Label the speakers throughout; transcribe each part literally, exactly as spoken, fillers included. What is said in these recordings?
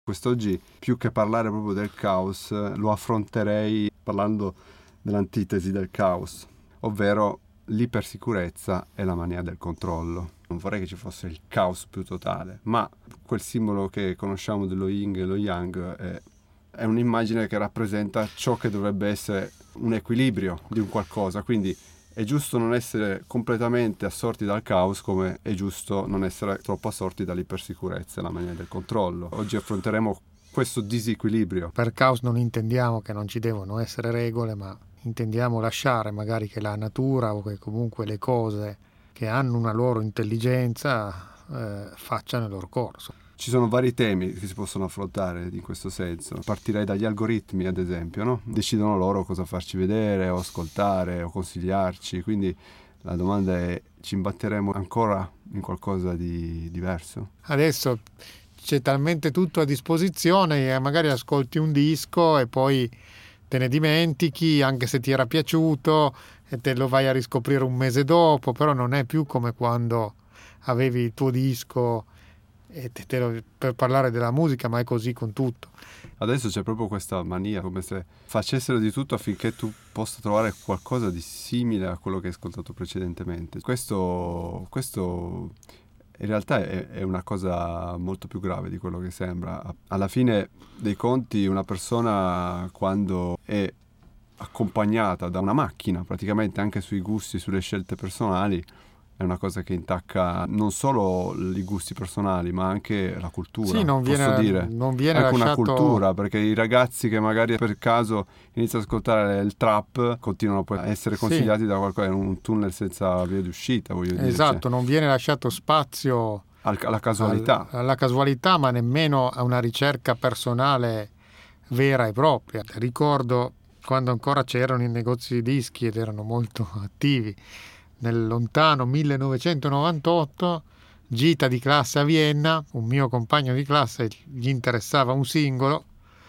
Speaker 1: Quest'oggi, più che parlare proprio del caos, lo affronterei parlando dell'antitesi del caos, ovvero l'ipersicurezza e la mania del controllo. Non vorrei che ci fosse il caos più totale, ma quel simbolo che conosciamo dello yin e lo yang è, è un'immagine che rappresenta ciò che dovrebbe essere un equilibrio di un qualcosa, quindi è giusto non essere completamente assorti dal caos, come è giusto non essere troppo assorti dall'ipersicurezza e la mania del controllo. Oggi affronteremo questo disequilibrio.
Speaker 2: Per caos non intendiamo che non ci devono essere regole, ma intendiamo lasciare magari che la natura o che comunque le cose che hanno una loro intelligenza eh, facciano il loro corso.
Speaker 1: Ci sono vari temi che si possono affrontare in questo senso. Partirei dagli algoritmi, ad esempio, no? Decidono loro cosa farci vedere o ascoltare o consigliarci, quindi la domanda è: ci imbatteremo ancora in qualcosa di diverso?
Speaker 2: Adesso c'è talmente tutto a disposizione che magari ascolti un disco e poi te ne dimentichi, anche se ti era piaciuto, e te lo vai a riscoprire un mese dopo, però non è più come quando avevi il tuo disco e te, te lo, per parlare della musica, ma è così con tutto.
Speaker 1: Adesso c'è proprio questa mania, come se facessero di tutto affinché tu possa trovare qualcosa di simile a quello che hai ascoltato precedentemente. Questo, questo in realtà è, è una cosa molto più grave di quello che sembra. Alla fine dei conti, una persona, quando è accompagnata da una macchina, praticamente anche sui gusti, sulle scelte personali, è una cosa che intacca non solo i gusti personali, ma anche la cultura.
Speaker 2: Sì, non
Speaker 1: posso
Speaker 2: viene,
Speaker 1: dire.
Speaker 2: non viene
Speaker 1: anche
Speaker 2: lasciato...
Speaker 1: una cultura, perché i ragazzi che magari per caso iniziano ad ascoltare il trap continuano poi a essere consigliati sì. da qualcosa in un tunnel senza via d'uscita, voglio dire.
Speaker 2: Esatto, non viene lasciato spazio
Speaker 1: al, alla casualità.
Speaker 2: Al, alla casualità, ma nemmeno a una ricerca personale vera e propria. Ricordo quando ancora c'erano i negozi di dischi ed erano molto attivi. Nel lontano millenovecentonovantotto, gita di classe a Vienna, un mio compagno di classe gli interessava un singolo,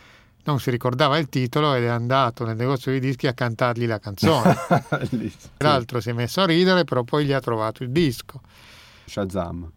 Speaker 2: non si ricordava il titolo ed è andato nel negozio di dischi a cantargli la canzone. L'altro si è messo a ridere, però poi gli ha trovato il disco.
Speaker 1: Shazam.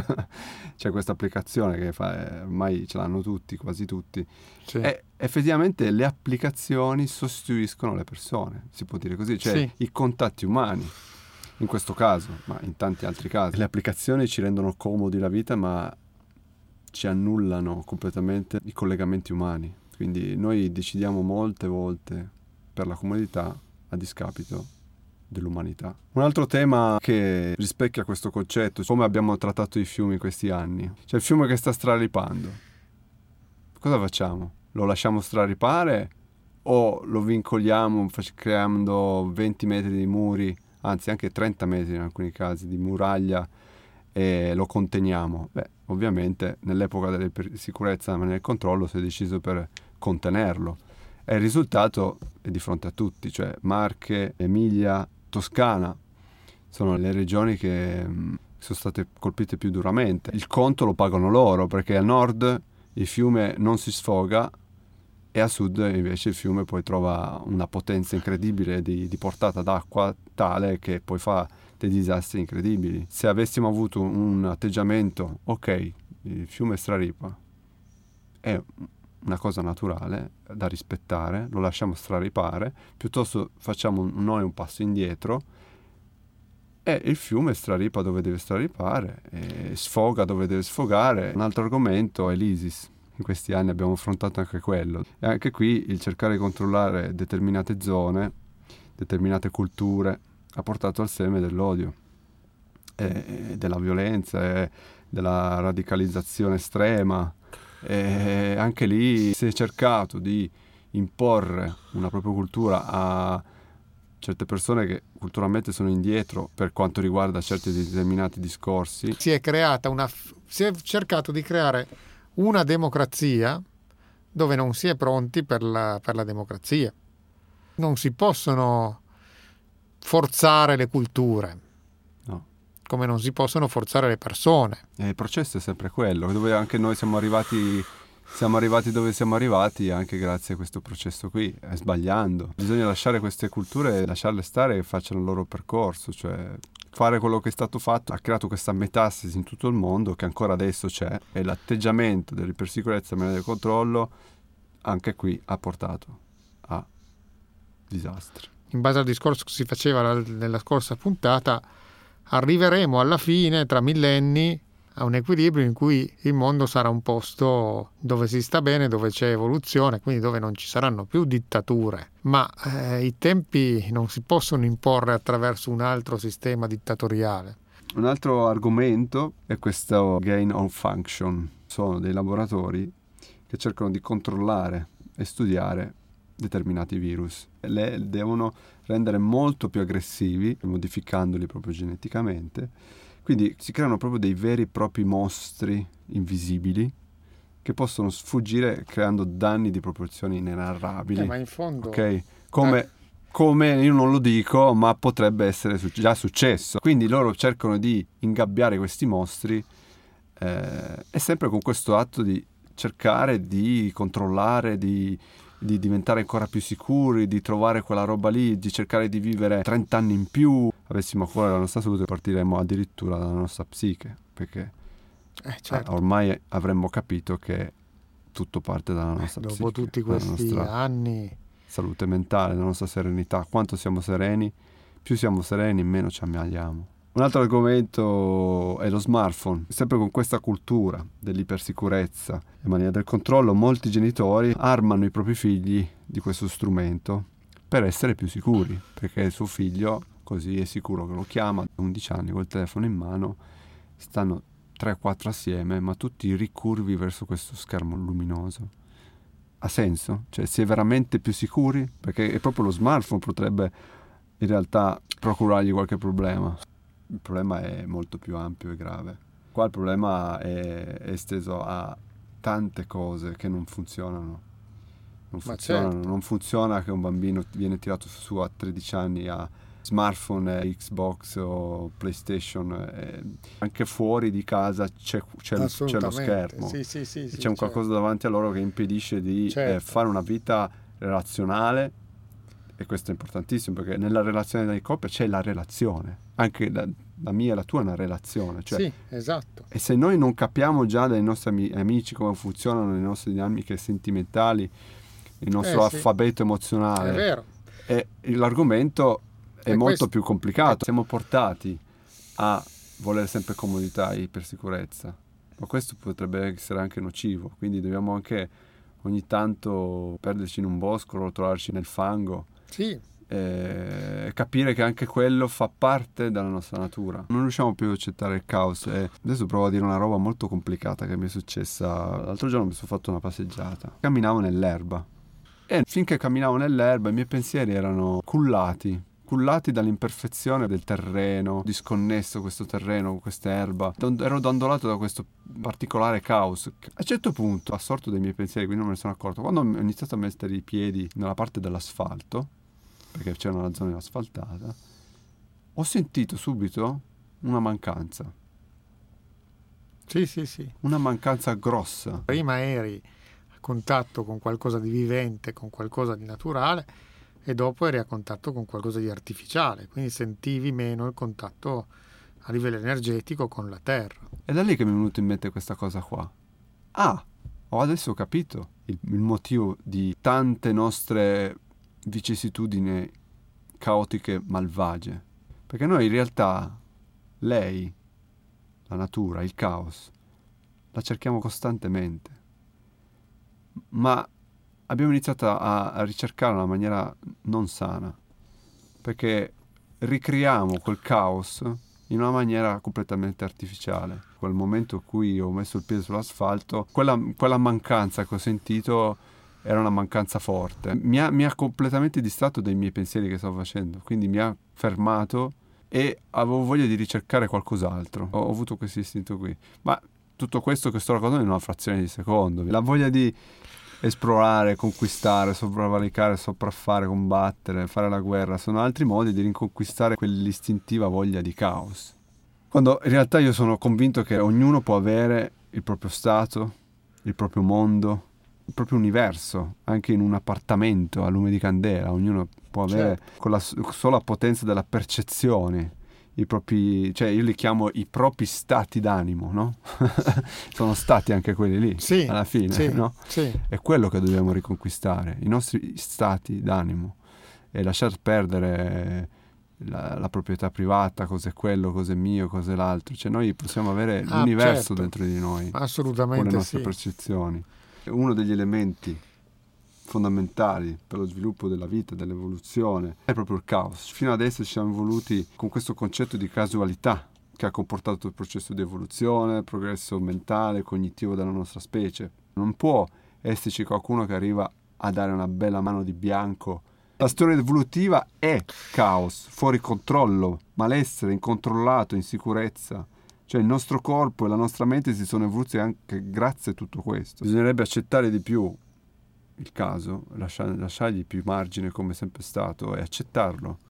Speaker 1: C'è questa applicazione che fa, ormai ce l'hanno tutti, quasi tutti. Sì. E effettivamente le applicazioni sostituiscono le persone, si può dire così, cioè sì. i contatti umani. In questo caso, ma in tanti altri casi. Le applicazioni ci rendono comodi la vita, ma ci annullano completamente i collegamenti umani. Quindi noi decidiamo molte volte per la comodità a discapito dell'umanità. Un altro tema che rispecchia questo concetto, come abbiamo trattato i fiumi in questi anni. Cioè il fiume che sta straripando. Cosa facciamo? Lo lasciamo straripare o lo vincoliamo creando venti metri di muri, anzi anche trenta metri in alcuni casi di muraglia, e lo conteniamo? Beh, ovviamente nell'epoca della sicurezza e del controllo si è deciso per contenerlo e il risultato è di fronte a tutti, cioè Marche, Emilia, Toscana sono le regioni che mh, sono state colpite più duramente. Il conto lo pagano loro, perché a nord il fiume non si sfoga e a sud invece il fiume poi trova una potenza incredibile di, di portata d'acqua tale che poi fa dei disastri incredibili. Se avessimo avuto un atteggiamento, ok, il fiume straripa, è una cosa naturale da rispettare, lo lasciamo straripare, piuttosto facciamo noi un passo indietro e il fiume straripa dove deve straripare e sfoga dove deve sfogare. Un altro argomento è l'ISIS. In questi anni abbiamo affrontato anche quello. E anche qui il cercare di controllare determinate zone, determinate culture, ha portato al seme dell'odio, e della violenza, e della radicalizzazione estrema. E anche lì si è cercato di imporre una propria cultura a certe persone che culturalmente sono indietro per quanto riguarda certi determinati discorsi.
Speaker 2: Si è creata una, si è cercato di creare una democrazia dove non si è pronti per la, per la democrazia. Non si possono forzare le culture,
Speaker 1: no,
Speaker 2: come non si possono forzare le persone.
Speaker 1: E il processo è sempre quello, dove anche noi siamo arrivati, siamo arrivati dove siamo arrivati anche grazie a questo processo qui, sbagliando. Bisogna lasciare queste culture, lasciarle stare e facciano il loro percorso, cioè fare quello che è stato fatto ha creato questa metastasi in tutto il mondo che ancora adesso c'è, e l'atteggiamento dell'ipersicurezza e del controllo anche qui ha portato a disastri.
Speaker 2: In base al discorso che si faceva nella scorsa puntata, arriveremo alla fine, tra millenni, a un equilibrio in cui il mondo sarà un posto dove si sta bene, dove c'è evoluzione, quindi dove non ci saranno più dittature. Ma eh, i tempi non si possono imporre attraverso un altro sistema dittatoriale.
Speaker 1: Un altro argomento è questo gain of function. Sono dei laboratori che cercano di controllare e studiare determinati virus. Le devono rendere molto più aggressivi, modificandoli proprio geneticamente. Quindi si creano proprio dei veri e propri mostri invisibili che possono sfuggire creando danni di proporzioni inenarrabili.
Speaker 2: Eh, ma in fondo...
Speaker 1: Ok? Come, eh. come io non lo dico, ma potrebbe essere su- già successo. Quindi loro cercano di ingabbiare questi mostri eh, e sempre con questo atto di cercare di controllare, di, di diventare ancora più sicuri, di trovare quella roba lì, di cercare di vivere trenta anni in più. Avessimo a cuore la nostra salute, partiremmo addirittura dalla nostra psiche, perché
Speaker 2: eh, certo.
Speaker 1: ah, ormai avremmo capito che tutto parte dalla nostra
Speaker 2: eh, dopo
Speaker 1: psiche,
Speaker 2: tutti questi anni,
Speaker 1: salute mentale, la nostra serenità. Quanto siamo sereni, più siamo sereni, meno ci ammaliamo. Un altro argomento è lo smartphone. Sempre con questa cultura dell'ipersicurezza e mania del controllo, molti genitori armano i propri figli di questo strumento per essere più sicuri, perché il suo figlio così è sicuro che lo chiama, a undici anni col telefono in mano, stanno tre quattro assieme, ma tutti ricurvi verso questo schermo luminoso. Ha senso? Cioè, si è veramente più sicuri? Perché è proprio lo smartphone potrebbe in realtà procurargli qualche problema. Il problema è molto più ampio e grave. Qua il problema è, è esteso a tante cose che non funzionano. Non funzionano.
Speaker 2: Certo.
Speaker 1: Non funziona che un bambino viene tirato su a tredici anni a smartphone, eh, Xbox o PlayStation. Eh, anche fuori di casa c'è, c'è, c'è lo schermo.
Speaker 2: Sì, sì, sì,
Speaker 1: c'è
Speaker 2: sì,
Speaker 1: un qualcosa certo. davanti a loro che impedisce di
Speaker 2: certo.
Speaker 1: eh, fare una vita relazionale. E questo è importantissimo, perché nella relazione di coppia c'è la relazione, anche la, la mia e la tua è una relazione, cioè,
Speaker 2: sì, esatto.
Speaker 1: E se noi non capiamo già dai nostri ami- amici come funzionano le nostre dinamiche sentimentali, il nostro
Speaker 2: eh, sì.
Speaker 1: alfabeto emozionale,
Speaker 2: è vero.
Speaker 1: E l'argomento è, è molto
Speaker 2: questo.
Speaker 1: più complicato. Siamo portati a volere sempre comodità e ipersicurezza, ma questo potrebbe essere anche nocivo, quindi dobbiamo anche ogni tanto perderci in un bosco, rotolarci nel fango.
Speaker 2: Sì.
Speaker 1: E capire che anche quello fa parte della nostra natura. Non riusciamo più ad accettare il caos. E adesso provo a dire una roba molto complicata che mi è successa. L'altro giorno mi sono fatto una passeggiata. Camminavo nell'erba e finché camminavo nell'erba i miei pensieri erano cullati cullati dall'imperfezione del terreno, disconnesso questo terreno, questa erba. Ero dandolato da questo particolare caos. A un certo punto, assorto dai miei pensieri, quindi non me ne sono accorto, quando ho iniziato a mettere i piedi nella parte dell'asfalto, perché c'era una zona asfaltata, ho sentito subito una mancanza.
Speaker 2: Sì, sì, sì.
Speaker 1: Una mancanza grossa.
Speaker 2: Prima eri a contatto con qualcosa di vivente, con qualcosa di naturale, e dopo eri a contatto con qualcosa di artificiale, quindi sentivi meno il contatto a livello energetico con la terra.
Speaker 1: È da lì che mi è venuto in mente questa cosa qua. Ah, ho adesso capito il, il motivo di tante nostre vicissitudini caotiche malvagie. Perché noi in realtà, lei, la natura, il caos, la cerchiamo costantemente. Ma abbiamo iniziato a, a ricercarla in una maniera non sana, perché ricriamo quel caos in una maniera completamente artificiale. Quel momento in cui ho messo il piede sull'asfalto, quella, quella mancanza che ho sentito era una mancanza forte. Mi ha, mi ha completamente distratto dai miei pensieri che stavo facendo, quindi mi ha fermato e avevo voglia di ricercare qualcos'altro. Ho, ho avuto questo istinto qui. Ma tutto questo che sto raccontando in una frazione di secondo. La voglia di esplorare, conquistare, sopravvalicare, sopraffare, combattere, fare la guerra, sono altri modi di riconquistare quell'istintiva voglia di caos. Quando in realtà io sono convinto che ognuno può avere il proprio stato, il proprio mondo, il proprio universo, anche in un appartamento a lume di candela, ognuno può avere, certo, con la sola potenza della percezione, i propri, cioè io li chiamo i propri stati d'animo, no? Sono stati anche quelli lì,
Speaker 2: sì,
Speaker 1: alla fine,
Speaker 2: sì,
Speaker 1: no?
Speaker 2: Sì.
Speaker 1: È quello che dobbiamo riconquistare, i nostri stati d'animo, e lasciar perdere la, la proprietà privata, cos'è quello, cos'è mio, cos'è l'altro. Cioè noi possiamo avere
Speaker 2: Ah,
Speaker 1: l'universo
Speaker 2: certo.
Speaker 1: dentro di noi,
Speaker 2: Assolutamente
Speaker 1: con le nostre
Speaker 2: sì.
Speaker 1: percezioni. Uno degli elementi fondamentali per lo sviluppo della vita, dell'evoluzione, è proprio il caos. Fino adesso ci siamo evoluti con questo concetto di casualità che ha comportato il processo di evoluzione, il progresso mentale, cognitivo della nostra specie. Non può esserci qualcuno che arriva a dare una bella mano di bianco. La storia evolutiva è caos, fuori controllo, malessere, incontrollato, insicurezza. Cioè il nostro corpo e la nostra mente si sono evoluti anche grazie a tutto questo. Bisognerebbe accettare di più il caso, lasciar, lasciargli più margine come è sempre stato e accettarlo